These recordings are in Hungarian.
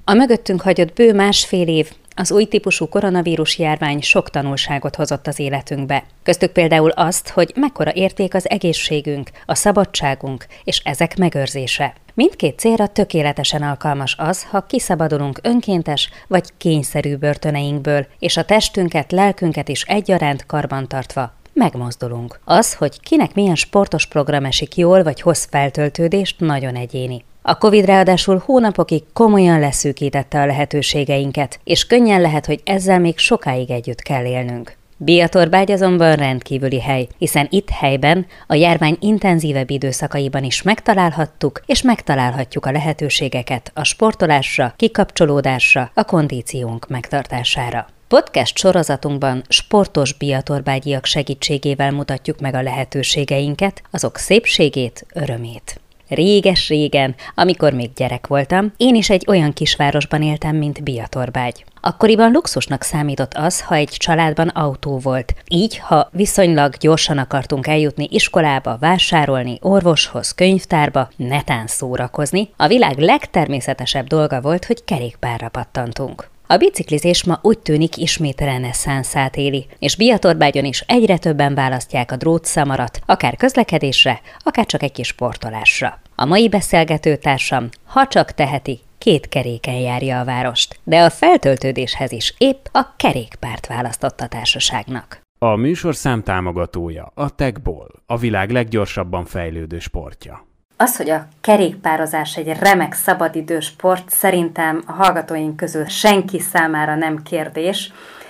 A mögöttünk hagyott bő másfél év az új típusú koronavírus járvány sok tanulságot hozott az életünkbe. Köztük például azt, hogy mekkora érték az egészségünk, a szabadságunk és ezek megőrzése. Mindkét célra tökéletesen alkalmas az, ha kiszabadulunk önkéntes vagy kényszerű börtöneinkből, és a testünket, lelkünket is egyaránt karbantartva megmozdulunk. Az, hogy kinek milyen sportos program esik jól vagy hoz feltöltődést, nagyon egyéni. A Covid ráadásul hónapokig komolyan leszűkítette a lehetőségeinket, és könnyen lehet, hogy ezzel még sokáig együtt kell élnünk. Bíjatorbágy azonban rendkívüli hely, hiszen itt helyben, a járvány intenzívebb időszakaiban is megtalálhattuk és megtalálhatjuk a lehetőségeket a sportolásra, kikapcsolódásra, a kondíciónk megtartására. Podcast sorozatunkban sportos bíjatorbágyiak segítségével mutatjuk meg a lehetőségeinket, azok szépségét, örömét. Réges-régen, amikor még gyerek voltam, én is egy olyan kisvárosban éltem, mint Bíjatorbágy. Akkoriban luxusnak számított az, ha egy családban autó volt. Így, ha viszonylag gyorsan akartunk eljutni iskolába, vásárolni, orvoshoz, könyvtárba, netán szórakozni, a világ legtermészetesebb dolga volt, hogy kerékpárra pattantunk. A biciklizés ma úgy tűnik ismét reneszánszát éli, és Bíjatorbágyon is egyre többen választják a drótszamarat, akár közlekedésre, akár csak egy kis sportolásra. A mai beszélgetőtársam, ha csak teheti, 2 keréken járja a várost, de a feltöltődéshez is épp a kerékpárt választott a társaságnak. A műsorszám támogatója a Techball, a világ leggyorsabban fejlődő sportja. Az, hogy a kerékpározás egy remek szabadidős sport, szerintem a hallgatóink közül senki számára nem kérdés.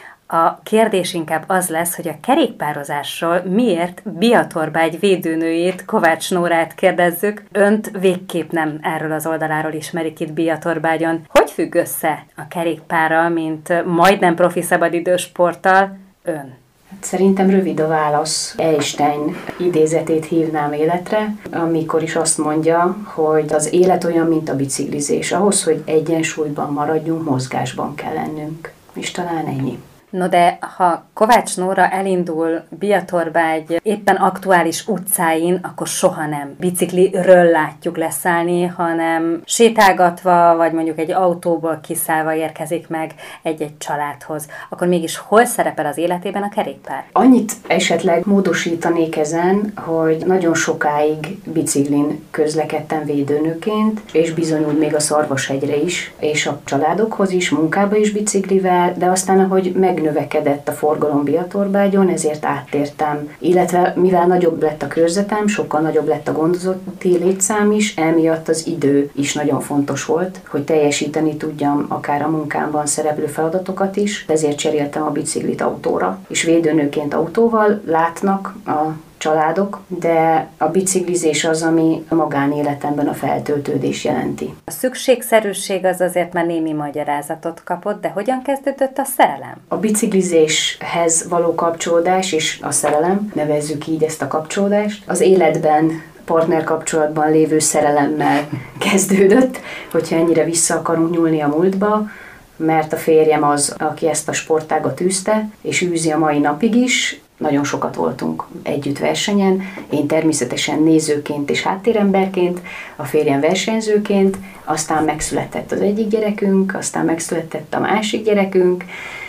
A kérdés inkább az lesz, hogy a kerékpározásról miért Bíjatorbágy védőnőjét, Kovács Nórát kérdezzük. Önt végképp nem erről az oldaláról ismerik itt Bíjatorbágyon. Hogy függ össze a kerékpárral, mint majdnem profi szabadidős sporttal ön? Szerintem rövid a válasz. Einstein idézetét hívnám életre, amikor is azt mondja, hogy az élet olyan, mint a biciklizés. Ahhoz, hogy egyensúlyban maradjunk, mozgásban kell lennünk. És talán ennyi. No de ha Kovács Nóra elindul Bíjatorbágy éppen aktuális utcáin, akkor soha nem bicikliről látjuk leszállni, hanem sétálgatva, vagy mondjuk egy autóból kiszállva érkezik meg egy-egy családhoz. Akkor mégis hol szerepel az életében a kerékpár? Annyit esetleg módosítanék ezen, hogy nagyon sokáig biciklin közlekedtem védőnőként, és bizony úgy még a Szarvashegyre is, és a családokhoz is, munkába is biciklivel, de aztán ahogy megnövekedett a forgalom Bíjatorbágyon, ezért áttértem. Illetve mivel nagyobb lett a körzetem, sokkal nagyobb lett a gondozotti létszám is, emiatt az idő is nagyon fontos volt, hogy teljesíteni tudjam akár a munkámban szereplő feladatokat is, ezért cseréltem a biciklit autóra. És védőnőként autóval látnak a családok, de a biciklizés az, ami a magánéletemben a feltöltődés jelenti. A szükségszerűség az azért már némi magyarázatot kapott, de hogyan kezdődött a szerelem? A biciklizéshez való kapcsolódás és a szerelem, nevezzük így ezt a kapcsolódást, az életben partnerkapcsolatban lévő szerelemmel kezdődött, hogyha ennyire vissza akarunk nyúlni a múltba, mert a férjem az, aki ezt a sportágat űzte, és űzi a mai napig is. Nagyon sokat voltunk együtt versenyen, én természetesen nézőként és háttéremberként, a férjem versenyzőként, aztán megszületett az egyik gyerekünk, aztán megszületett a másik gyerekünk,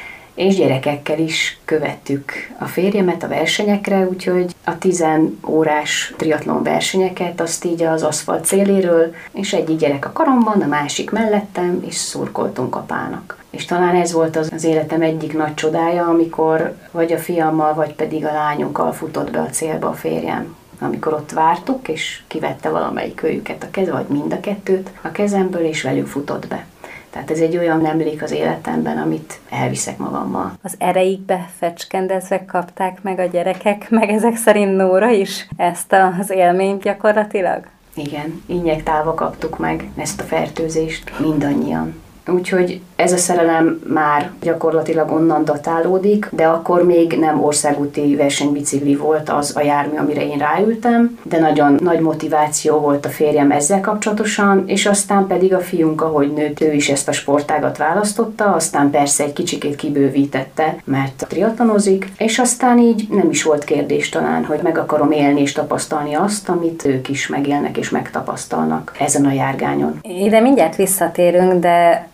és gyerekekkel is követtük a férjemet a versenyekre, úgyhogy a 10 órás triatlon versenyeket azt így az aszfalt széléről, és egyik gyerek a karomban, a másik mellettem, és szurkoltunk apának. És talán ez volt az életem egyik nagy csodája, amikor vagy a fiammal, vagy pedig a lányunkkal futott be a célba a férjem. Amikor ott vártuk, és kivette valamelyik őjüket a keze, vagy mind a kettőt a kezemből, és velük futott be. Tehát ez egy olyan emlék az életemben, amit elviszek magammal. Az ereikbe fecskendezve kapták meg a gyerekek, meg ezek szerint Nóra is ezt az élményt gyakorlatilag? Igen, injektálva kaptuk meg ezt a fertőzést mindannyian. Úgyhogy ez a szerelem már gyakorlatilag onnan datálódik, de akkor még nem országúti versenybicikli volt az a jármű, amire én ráültem, de nagyon nagy motiváció volt a férjem ezzel kapcsolatosan, és aztán pedig a fiunk, ahogy nőtt, ő is ezt a sportágat választotta, aztán persze egy kicsikét kibővítette, mert triatlonozik, és aztán így nem is volt kérdés talán, hogy meg akarom élni és tapasztalni azt, amit ők is megélnek és megtapasztalnak ezen a járgányon. Ide mindjárt visszatérünk, de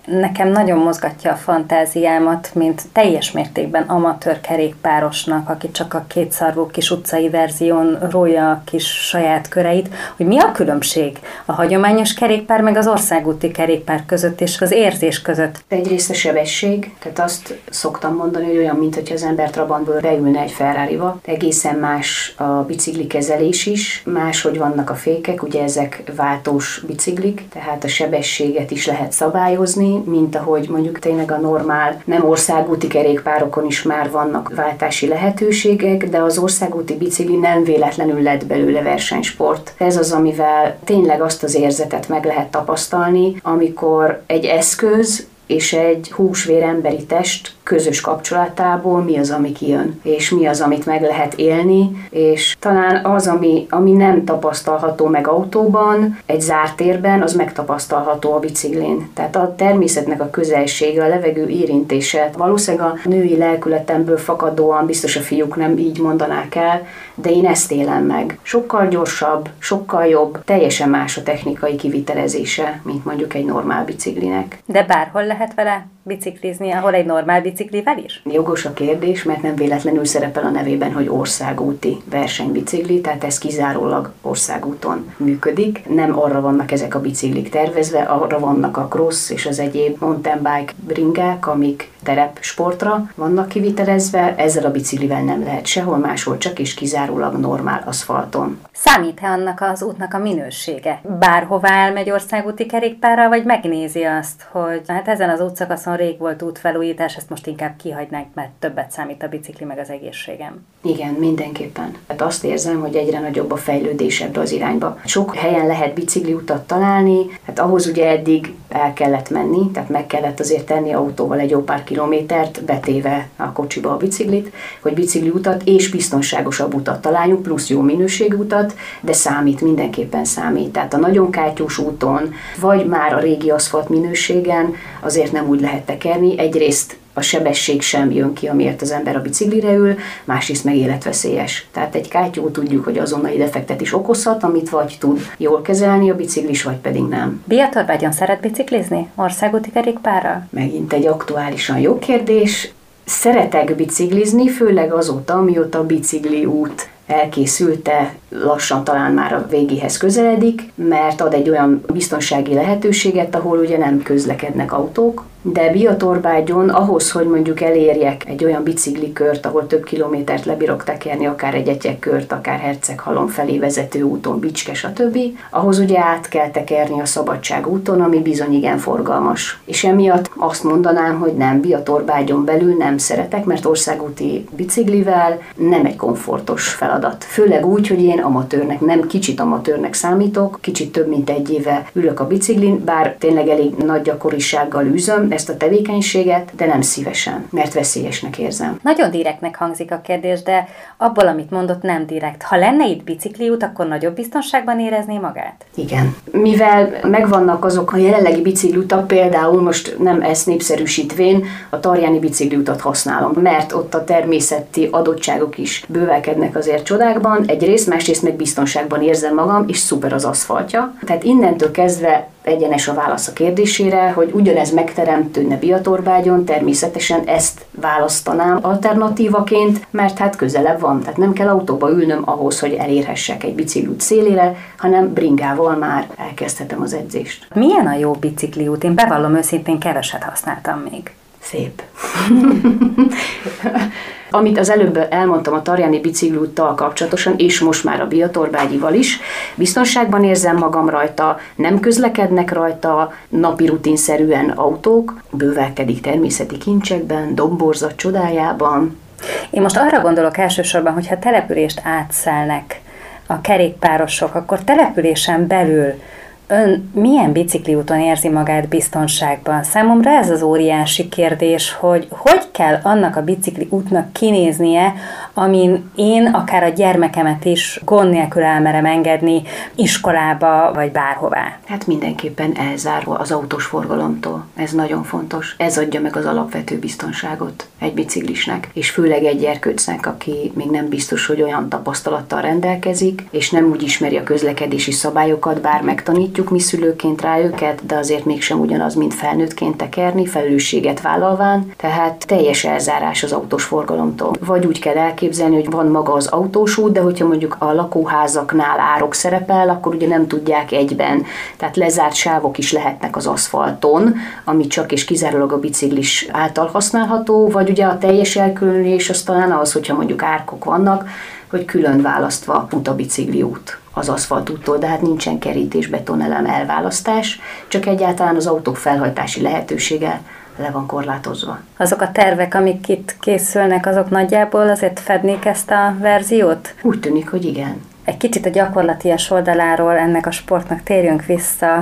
Nekem nagyon mozgatja a fantáziámat, mint teljes mértékben amatőr kerékpárosnak, aki csak a kétszarvú kis utcai verzión rója a kis saját köreit, hogy mi a különbség a hagyományos kerékpár meg az országúti kerékpár között és az érzés között. Egyrészt a sebesség, tehát azt szoktam mondani, hogy olyan, mint hogyha az ember Trabantból beülne egy Ferrariba. Egészen más a biciklikezelés is, máshogy vannak a fékek, ugye ezek váltós biciklik, tehát a sebességet is lehet szabályozni, mint ahogy mondjuk tényleg a normál, nem országúti kerékpárokon is már vannak váltási lehetőségek, de az országúti bicikli nem véletlenül lett belőle versenysport. Ez az, amivel tényleg azt az érzetet meg lehet tapasztalni, amikor egy eszköz és egy húsvér emberi test közös kapcsolatából mi az, ami kijön, és mi az, amit meg lehet élni, és talán az, ami nem tapasztalható meg autóban, egy zárt térben, az megtapasztalható a biciklin. Tehát a természetnek a közelsége, a levegő érintése, valószínűleg a női lelkületemből fakadóan, biztos a fiúk nem így mondanák el, de én ezt élem meg. Sokkal gyorsabb, sokkal jobb, teljesen más a technikai kivitelezése, mint mondjuk egy normál biciklinek. De bárhol lehet vele biciklizni, ahol egy normál biciklivel is? Jogos a kérdés, mert nem véletlenül szerepel a nevében, hogy országúti versenybicikli, tehát ez kizárólag országúton működik. Nem arra vannak ezek a biciklik tervezve, arra vannak a cross és az egyéb mountain bike bringák, amik terepsportra vannak kivitelezve, ezzel a biciklivel nem lehet sehol máshol, csak és kizárólag normál aszfalton. Számít-e annak az útnak a minősége? Bárhová elmegy országúti kerékpárral, vagy megnézi azt, hogy hát ezen az útszakaszon rég volt útfelújítás, ezt most inkább kihagynánk, mert többet számít a bicikli meg az egészségem? Igen, mindenképpen. Hát azt érzem, hogy egyre nagyobb a fejlődés ebbe az irányba. Sok helyen lehet bicikliutat találni, hát ahhoz ugye eddig el kellett menni, tehát meg kellett azért tenni autóval egy jó pár kilométert, betéve a kocsiba a biciklit, hogy bicikliutat és biztonságosabb utat találjunk, plusz jó minőségű utat, de számít, mindenképpen számít. Tehát a nagyon kátyús úton, vagy már a régi aszfalt minőségen azért nem úgy lehet tekerni. Egyrészt a sebesség sem jön ki, amiért az ember a biciklire ül, másrészt meg életveszélyes. Tehát egy kátyú tudjuk, hogy azonnali defektet is okozhat, amit vagy tud jól kezelni a biciklis, vagy pedig nem. Bíjatorvágyon szeret biciklizni? Országúti kerékpárral? Megint egy aktuálisan jó kérdés. Szeretek biciklizni, főleg azóta, mióta a bicikli út elkészülte, lassan talán már a végéhez közeledik, mert ad egy olyan biztonsági lehetőséget, ahol ugye nem közlekednek autók, de Bíjatorbágyon ahhoz, hogy mondjuk elérjek egy olyan biciklikört, ahol több kilométert lebírok tekerni, akár egy etyekkört, akár Herceghalom felé vezető úton, Bicske, stb., ahhoz ugye át kell tekerni a Szabadság úton, ami bizony igen forgalmas. És emiatt azt mondanám, hogy nem, Bíjatorbágyon belül nem szeretek, mert országúti biciklivel nem egy komfortos feladat. Főleg úgy, hogy én amatőrnek, nem kicsit amatőrnek számítok, kicsit több mint egy éve ülök a biciklin, bár tényleg elég nagy gyakorisággal űzöm ezt a tevékenységet, de nem szívesen, mert veszélyesnek érzem. Nagyon direktnek hangzik a kérdés, de abból, amit mondott, nem direkt. Ha lenne itt bicikliút, akkor nagyobb biztonságban érezné magát? Igen. Mivel megvannak azok a jelenlegi bicikliutak, például most nem ezt népszerűsítvén, a Tarjáni bicikliutat használom, mert ott a természeti adottságok is bővelkednek azért csodákban, egyrészt, másrészt meg biztonságban érzem magam, és szuper az aszfaltja. Tehát innentől kezdve egyenes a válasz a kérdésére, hogy ugyanez megteremtődne Bíjatorbágyon, természetesen ezt választanám alternatívaként, mert hát közelebb van, tehát nem kell autóba ülnöm ahhoz, hogy elérhessek egy bicikliút szélére, hanem bringával már elkezdhetem az edzést. Milyen a jó bicikliút? Én bevallom őszintén, keveset használtam még. Szép. Amit az előbb elmondtam a Tarjáni bicikliúttal kapcsolatosan, és most már a Bíjatorbágyival is, biztonságban érzem magam rajta, nem közlekednek rajta, napi rutinszerűen autók, bővelkedik természeti kincsekben, domborzat csodájában. Én most arra gondolok elsősorban, hogyha települést átszelnek a kerékpárosok, akkor településen belül ön milyen bicikliúton érzi magát biztonságban? Számomra ez az óriási kérdés, hogy kell annak a bicikli útnak kinéznie, amin én akár a gyermekemet is gond nélkül elmerem engedni iskolába, vagy bárhová. Hát mindenképpen elzárva az autós forgalomtól. Ez nagyon fontos. Ez adja meg az alapvető biztonságot egy biciklisnek, és főleg egy gyerkőcnek, aki még nem biztos, hogy olyan tapasztalattal rendelkezik, és nem úgy ismeri a közlekedési szabályokat, bár megtanítjuk látjuk mi szülőként rá őket, de azért mégsem ugyanaz, mint felnőttként tekerni, felelősséget vállalván, tehát teljes elzárás az autós forgalomtól. Vagy úgy kell elképzelni, hogy van maga az autós út, de hogyha mondjuk a lakóházaknál árok szerepel, akkor ugye nem tudják egyben. Tehát lezárt sávok is lehetnek az aszfalton, ami csak és kizárólag a biciklis által használható, vagy ugye a teljes elkülönülés az talán az, hogyha mondjuk árkok vannak, hogy külön választva fut a bicikli út az aszfaltúttól, de hát nincsen kerítés, betonelem, elválasztás, csak egyáltalán az autók felhajtási lehetősége le van korlátozva. Azok a tervek, amik itt készülnek, azok nagyjából azért fednék ezt a verziót? Úgy tűnik, hogy igen. Egy kicsit a gyakorlatias oldaláról ennek a sportnak térjünk vissza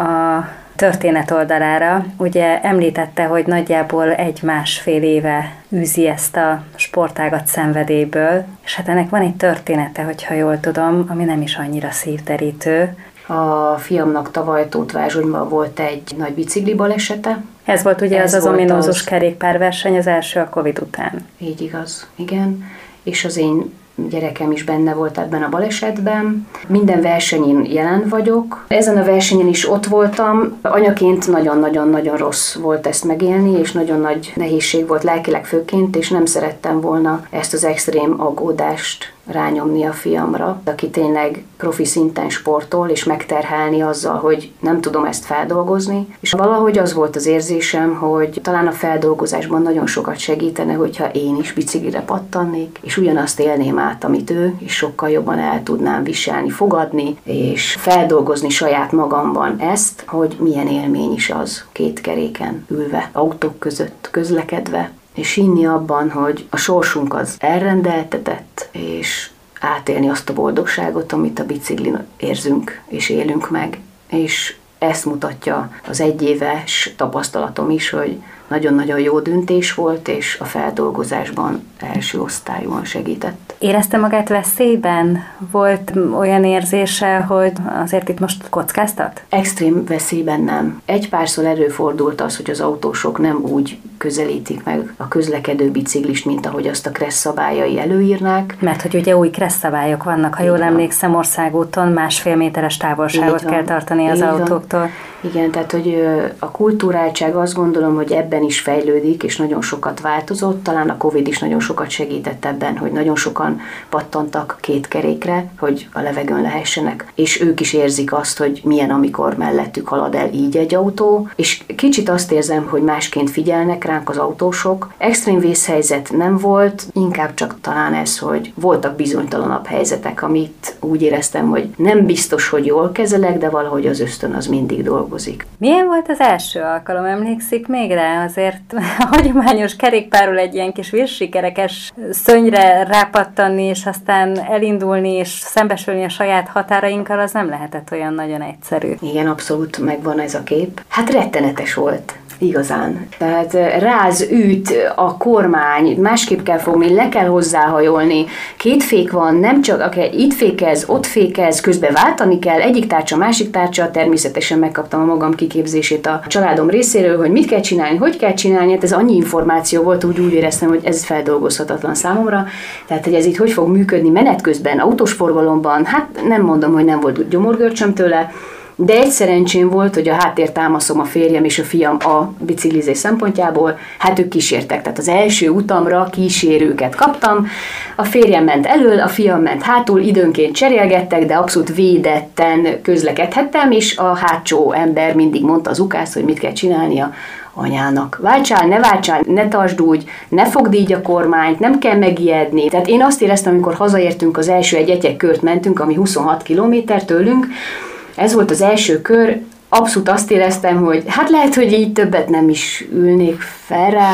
a történet oldalára. Ugye említette, hogy nagyjából 1-1,5 éve űzi ezt a sportágat szenvedélyből, és hát ennek van egy története, hogyha jól tudom, ami nem is annyira szívderítő. A fiamnak tavaly Tóth-Vázsonyban volt egy nagy bicikli balesete. Ez volt ugye az ominózus kerékpárverseny, az első a Covid után. Így igaz, igen. És az én gyerekem is benne volt ebben a balesetben. Minden versenyen jelen vagyok. Ezen a versenyen is ott voltam. Anyaként nagyon-nagyon-nagyon rossz volt ezt megélni, és nagyon nagy nehézség volt lelkileg főként, és nem szerettem volna ezt az extrém aggódást rányomni a fiamra, aki tényleg profi szinten sportol, és megterhelni azzal, hogy nem tudom ezt feldolgozni. És valahogy az volt az érzésem, hogy talán a feldolgozásban nagyon sokat segítene, hogyha én is biciklire pattannék, és ugyanazt élném át, amit ő, és sokkal jobban el tudnám viselni, fogadni, és feldolgozni saját magamban ezt, hogy milyen élmény is az 2 keréken ülve, autók között közlekedve, és hinni abban, hogy a sorsunk az elrendeltetett, és átélni azt a boldogságot, amit a biciklin érzünk és élünk meg. És ezt mutatja az 1 éves tapasztalatom is, hogy nagyon-nagyon jó döntés volt, és a feldolgozásban első osztályúan segített. Érezte magát veszélyben? Volt olyan érzése, hogy azért itt most kockáztat? Extrém veszélyben nem. Egy párszor előfordult az, hogy az autósok nem úgy közelítik meg a közlekedő biciklist, mint ahogy azt a kressz szabályai előírnák. Mert hogy ugye új kressz szabályok vannak, ha jól emlékszem, országúton 1,5 méteres távolságot kell tartani az autóktól. Igen, tehát hogy a kulturáltság, azt gondolom, hogy ebben is fejlődik, és nagyon sokat változott. Talán a Covid is nagyon sokat segített ebben, hogy nagyon sokan pattantak 2 kerékre, hogy a levegőn lehessenek, és ők is érzik azt, hogy milyen, amikor mellettük halad el így egy autó, és kicsit azt érzem, hogy másként figyelnek ránk az autósok. Extrém vészhelyzet nem volt, inkább csak talán ez, hogy voltak bizonytalanabb helyzetek, amit úgy éreztem, hogy nem biztos, hogy jól kezelek, de valahogy az ösztön az mindig dolgozik. Milyen volt az első alkalom? Emlékszik még rá? Azért a hagyományos kerékpárról egy ilyen kis virsikerekes szönyre rápattanni, és aztán elindulni, és szembesülni a saját határainkkal, az nem lehetett olyan nagyon egyszerű. Igen, abszolút megvan ez a kép. Hát rettenetes volt. Igazán. Tehát ráz, üt a kormány, másképp kell fogni, le kell hozzáhajolni. 2 fék van, nem csak aki itt fékez, ott fékez, közben váltani kell, egyik tárcsa, másik tárcsa, természetesen megkaptam a magam kiképzését a családom részéről, hogy mit kell csinálni, hogy kell csinálni, hát ez annyi információ volt, úgy éreztem, hogy ez feldolgozhatatlan számomra. Tehát, hogy ez itt hogy fog működni menet közben, autós forgalomban, hát nem mondom, hogy nem volt gyomorgörcsöm tőle, de egy szerencsém volt, hogy a háttértámaszom, a férjem és a fiam a biciklizés szempontjából, hát ők kísértek. Tehát az első utamra kísérőket kaptam, a férjem ment elől, a fiam ment hátul, időnként cserélgettek, de abszolút védetten közlekedhettem, és a hátsó ember mindig mondta az ukász, hogy mit kell csinálnia anyának. Váltsál, ne tartsd úgy, ne fogd így a kormányt, nem kell megijedni. Tehát én azt éreztem, amikor hazaértünk, az első egy kört mentünk, ami 26 kilométer tőlünk. Ez volt az első kör, abszolút azt éreztem, hogy hát lehet, hogy így többet nem is ülnék fel rá,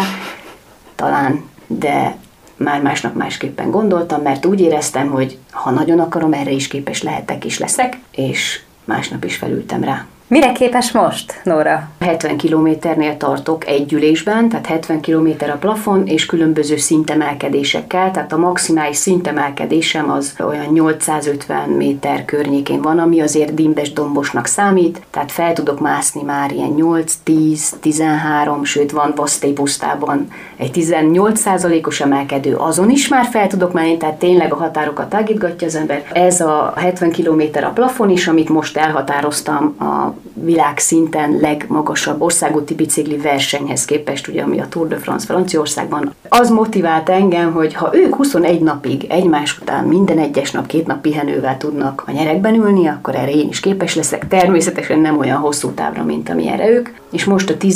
talán, de már másnap másképpen gondoltam, mert úgy éreztem, hogy ha nagyon akarom, erre is képes lehetek és leszek, és másnap is felültem rá. Mire képes most, Nóra? 70 kilométernél tartok egy ülésben, tehát 70 kilométer a plafon, és különböző szintemelkedésekkel, tehát a maximális szintemelkedésem az olyan 850 méter környékén van, ami azért dimbes dombosnak számít, tehát fel tudok mászni már ilyen 8, 10, 13, sőt van Baszté pusztában egy 18%-os emelkedő, azon is már fel tudok menni, tehát tényleg a határokat tágítgatja az ember. Ez a 70 kilométer a plafon is, amit most elhatároztam a világszinten legmagasabb országúti bicikli versenyhez képest, ugye, ami a Tour de France Franciaországban. Az motivált engem, hogy ha ők 21 napig egymás után minden egyes nap 2 nap pihenővel tudnak a nyerekben ülni, akkor erre én is képes leszek. Természetesen nem olyan hosszú távra, mint amilyenre ők. És most a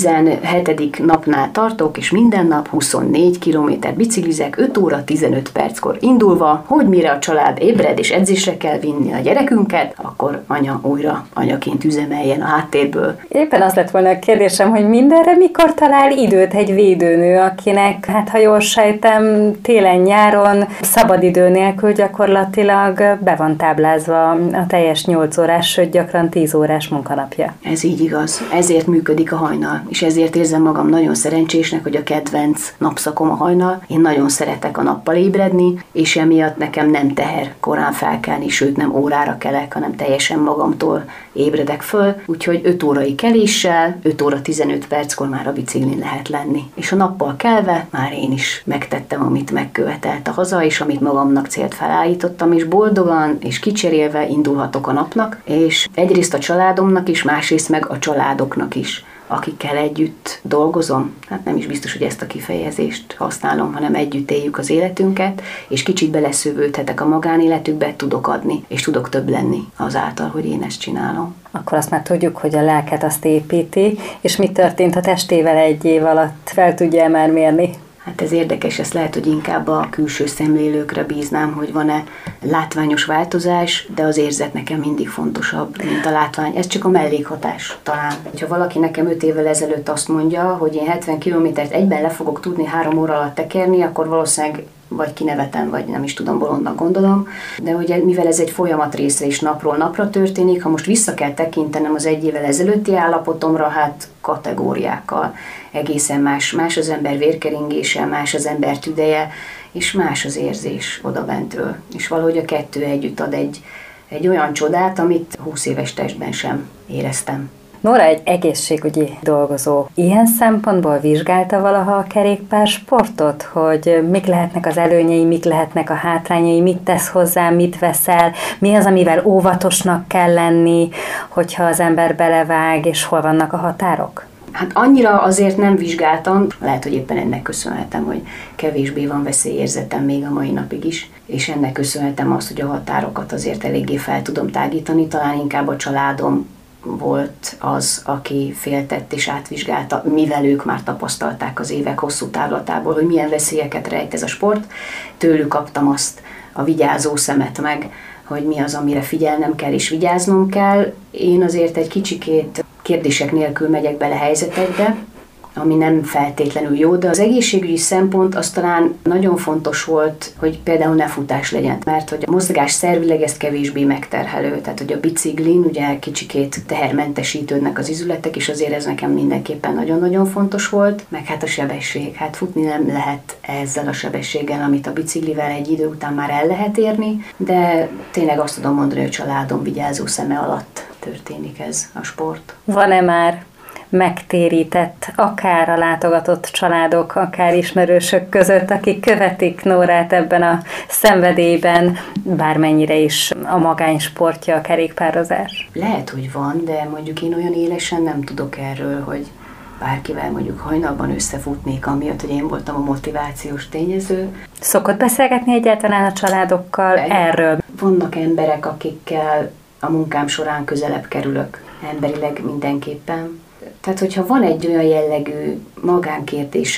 17. napnál tartok, és minden nap 24 kilométer biciklizek, 5 óra 15 perckor indulva, hogy mire a család ébred és edzésre kell vinni a gyerekünket, akkor anya újra anyaként üzemeljen a háttérből. Éppen az lett volna a kérdésem, hogy mindenre mikor talál időt egy védőnő, akinek, hát ha jól sejtem, télen-nyáron szabadidő nélkül gyakorlatilag be van táblázva a teljes 8 órás, sőt gyakran 10 órás munkanapja. Ez így igaz. Ezért működik a hajnal, és ezért érzem magam nagyon szerencsésnek, hogy a kedvenc napszakom a hajnal. Én nagyon szeretek a nappal ébredni, és emiatt nekem nem teher korán felkelni, sőt nem órára kelek, hanem teljesen magamtól ébredek föl, úgyhogy 5 órai keléssel, 5 óra 15 perckor már a biciklin lehet lenni. És a nappal kelve már én is megtettem, amit megkövetelt a haza, és amit magamnak célt felállítottam, és boldogan és kicserélve indulhatok a napnak, és egyrészt a családomnak is, másrészt meg a családoknak is, akikkel együtt dolgozom. Hát nem is biztos, hogy ezt a kifejezést használom, hanem együtt éljük az életünket, és kicsit beleszövődhetek a magánéletükbe, tudok adni, és tudok több lenni azáltal, hogy én ezt csinálom. Akkor azt már tudjuk, hogy a lelket azt építi, és mi történt a testével egy év alatt? Fel tudja már mérni? Hát ez érdekes, ezt lehet, hogy inkább a külső szemlélőkre bíznám, hogy van-e látványos változás, de az érzet nekem mindig fontosabb, mint a látvány. Ez csak a mellékhatás talán. Ha valaki nekem 5 évvel ezelőtt azt mondja, hogy én 70 kilométert egyben le fogok tudni 3 óra alatt tekerni, akkor valószínűleg vagy kinevetem, vagy nem is tudom, bolondnak gondolom, de ugye mivel ez egy folyamat része is napról napra történik, ha most vissza kell tekintenem az 1 évvel ezelőtti állapotomra, hát kategóriákkal egészen más az ember vérkeringése, más az ember tüdeje, és más az érzés odabentről. És valahogy a kettő együtt ad egy olyan csodát, amit 20 éves testben sem éreztem. Nóra egy egészségügyi dolgozó. Ilyen szempontból vizsgálta valaha a kerékpársportot, hogy mik lehetnek az előnyei, mik lehetnek a hátrányai, mit tesz hozzá, mit veszel, mi az, amivel óvatosnak kell lenni, hogyha az ember belevág, és hol vannak a határok? Hát annyira azért nem vizsgáltam, lehet, hogy éppen ennek köszönhetem, hogy kevésbé van veszélyérzetem még a mai napig is, és ennek köszönhetem azt, hogy a határokat azért eléggé fel tudom tágítani, talán inkább a családom volt az, aki féltett és átvizsgálta, mivel ők már tapasztalták az évek hosszú távlatából, hogy milyen veszélyeket rejt ez a sport. Tőlük kaptam azt a vigyázó szemet meg, hogy mi az, amire figyelnem kell és vigyáznom kell. Én azért egy kicsikét kérdések nélkül megyek bele helyzetekbe, ami nem feltétlenül jó, de az egészségügyi szempont az talán nagyon fontos volt, hogy például ne futás legyen, mert hogy a mozgás szervileg ez kevésbé megterhelő, tehát hogy a biciklin ugye kicsikét tehermentesítődnek az izületek, és azért ez nekem mindenképpen nagyon-nagyon fontos volt, meg hát a sebesség, hát futni nem lehet ezzel a sebességgel, amit a biciklivel egy idő után már el lehet érni, de tényleg azt tudom mondani, hogy a családom vigyázó szeme alatt történik ez a sport. Van-e már megtérített, akár a látogatott családok, akár ismerősök között, akik követik Nórát ebben a szenvedélyben, bármennyire is a magánysportja, a kerékpározás? Lehet, hogy van, de mondjuk én olyan élesen nem tudok erről, hogy bárkivel mondjuk hajnalban összefutnék, amiatt, hogy én voltam a motivációs tényező. Szokott beszélgetni egyáltalán a családokkal erről? Vannak emberek, akikkel a munkám során közelebb kerülök, emberileg mindenképpen. Tehát, hogyha van egy olyan jellegű magánkérdése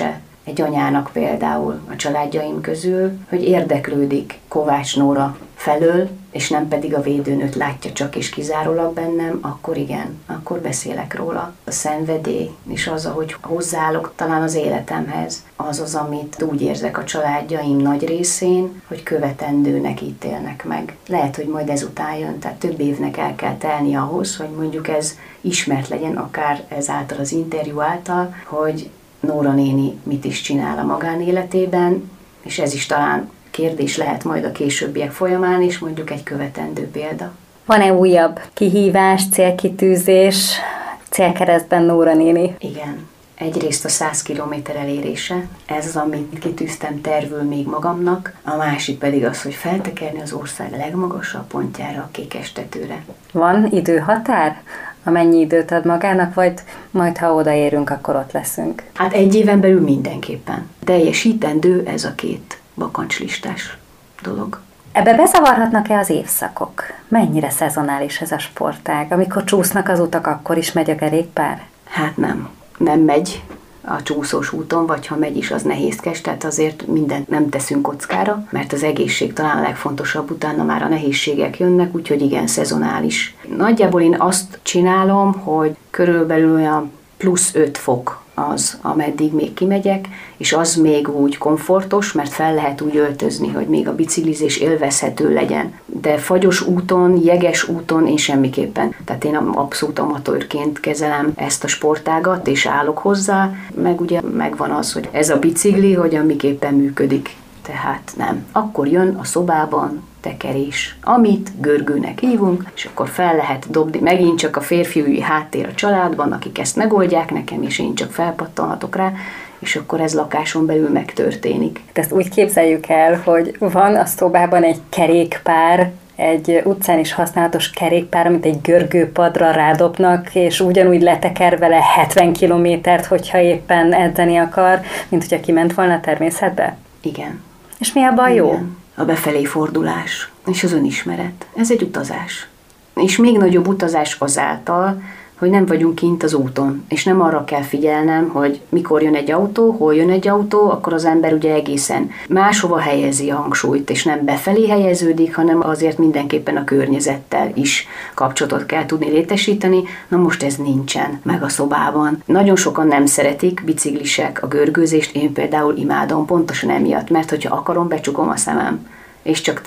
egy anyának például a családjaim közül, hogy érdeklődik Kovács Nóra felől, és nem pedig a védőnőt látja csak és kizárólag bennem, akkor igen, akkor beszélek róla. A szenvedély és az, ahogy hozzáállok talán az életemhez, az az, amit úgy érzek a családjaim nagy részén, hogy követendőnek ítélnek meg. Lehet, hogy majd ezután jön, tehát több évnek el kell telni ahhoz, hogy mondjuk ez ismert legyen, akár ezáltal az interjú által, hogy Nóra néni mit is csinál a magánéletében, és ez is talán kérdés lehet majd a későbbiek folyamán, és mondjuk egy követendő példa. Van-e újabb kihívás, célkitűzés, célkeresztben Nóra néni? Igen. Egyrészt a 100 km elérése, ez az, amit kitűztem tervül még magamnak, a másik pedig az, hogy feltekerni az ország legmagasabb pontjára, a Kékestetőre. Van időhatár? Amennyi időt ad magának, vagy majd ha odaérünk, akkor ott leszünk? Hát egy éven belül mindenképpen. Teljesítendő ez a 2 bakancslistás dolog. Ebbe bezavarhatnak-e az évszakok? Mennyire szezonális ez a sportág? Amikor csúsznak az utak, akkor is megy a kerékpár? Hát nem megy a csúszós úton, vagy ha megy is, az nehézkes, tehát azért mindent nem teszünk kockára, mert az egészség talán a legfontosabb, utána már a nehézségek jönnek, úgyhogy igen, szezonális. Nagyjából én azt csinálom, hogy körülbelül olyan +5 fok az, ameddig még kimegyek, és az még úgy komfortos, mert fel lehet úgy öltözni, hogy még a biciklizés élvezhető legyen. De fagyos úton, jeges úton én semmiképpen. Tehát én abszolút amatőrként kezelem ezt a sportágat, és állok hozzá, meg ugye megvan az, hogy ez a bicikli, hogyan miképpen működik. Tehát nem. Akkor jön a szobában tekerés, amit görgőnek hívunk, és akkor fel lehet dobni. Megint csak a férfiúi háttér a családban, akik ezt megoldják nekem, és én csak felpattanhatok rá, és akkor ez lakáson belül megtörténik. Ezt úgy képzeljük el, hogy van a szobában egy kerékpár, egy utcán is használatos kerékpár, amit egy görgőpadra rádobnak, és ugyanúgy leteker vele 70 kilométert, hogyha éppen edzeni akar, mint hogyha kiment volna a természetbe? Igen. És mi abban jó? Igen. A befelé fordulás és az önismeret. Ez egy utazás. És még nagyobb utazás azáltal, hogy nem vagyunk kint az úton, és nem arra kell figyelnem, hogy mikor jön egy autó, hol jön egy autó, akkor az ember ugye egészen máshova helyezi a hangsúlyt, és nem befelé helyeződik, hanem azért mindenképpen a környezettel is kapcsolatot kell tudni létesíteni. Na most ez nincsen meg a szobában. Nagyon sokan nem szeretik, biciklisek, a görgőzést, én például imádom, pontosan emiatt, mert hogyha akarom, becsukom a szemem. És csak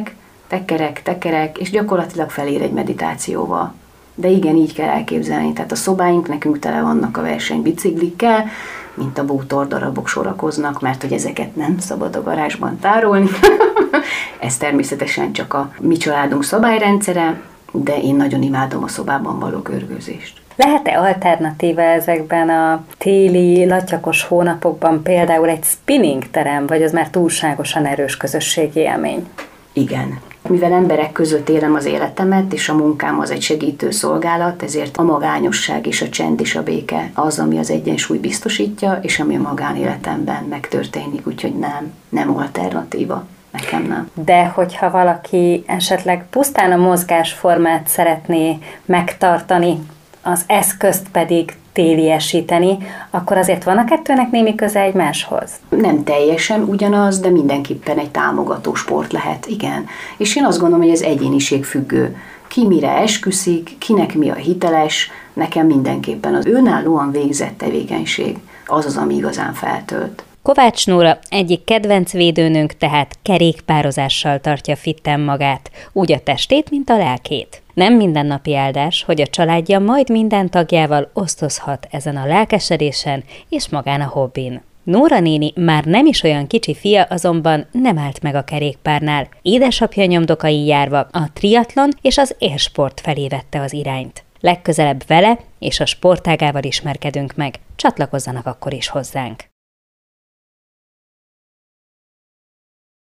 tekerek, és gyakorlatilag felér egy meditációval. De igen, így kell elképzelni. Tehát a szobáink nekünk tele vannak a versenybiciklikkel, mint a bútordarabok sorakoznak, mert hogy ezeket nem szabad a garázsban tárolni. Ez természetesen csak a mi családunk szabályrendszere, de én nagyon imádom a szobában való görgőzést. Lehet-e alternatíva ezekben a téli, latyakos hónapokban például egy spinning terem, vagy az már túlságosan erős közösségi élmény? Igen. Mivel emberek között élem az életemet, és a munkám az egy segítő szolgálat, ezért a magányosság és a csend és a béke az, ami az egyensúly biztosítja, és ami a magánéletemben megtörténik, úgyhogy nem alternatíva. Nekem nem. De hogyha valaki esetleg pusztán a mozgásformát szeretné megtartani, az eszközt pedig téliesíteni, akkor azért van a kettőnek némi köze egymáshoz? Nem teljesen ugyanaz, de mindenképpen egy támogató sport lehet, igen. És én azt gondolom, hogy ez egyéniség függő. Ki mire esküszik, kinek mi a hiteles, nekem mindenképpen az önállóan végzett tevékenység az az, ami igazán feltölt. Kovács Nóra egyik kedvenc védőnőnk tehát kerékpározással tartja fitten magát, úgy a testét, mint a lelkét. Nem mindennapi áldás, hogy a családja majd minden tagjával osztozhat ezen a lelkesedésen és magán a hobbin. Nóra néni már nem is olyan kicsi fia, azonban nem állt meg a kerékpárnál. Édesapja nyomdokain járva a triatlon és az élsport felé vette az irányt. Legközelebb vele és a sportágával ismerkedünk meg. Csatlakozzanak akkor is hozzánk!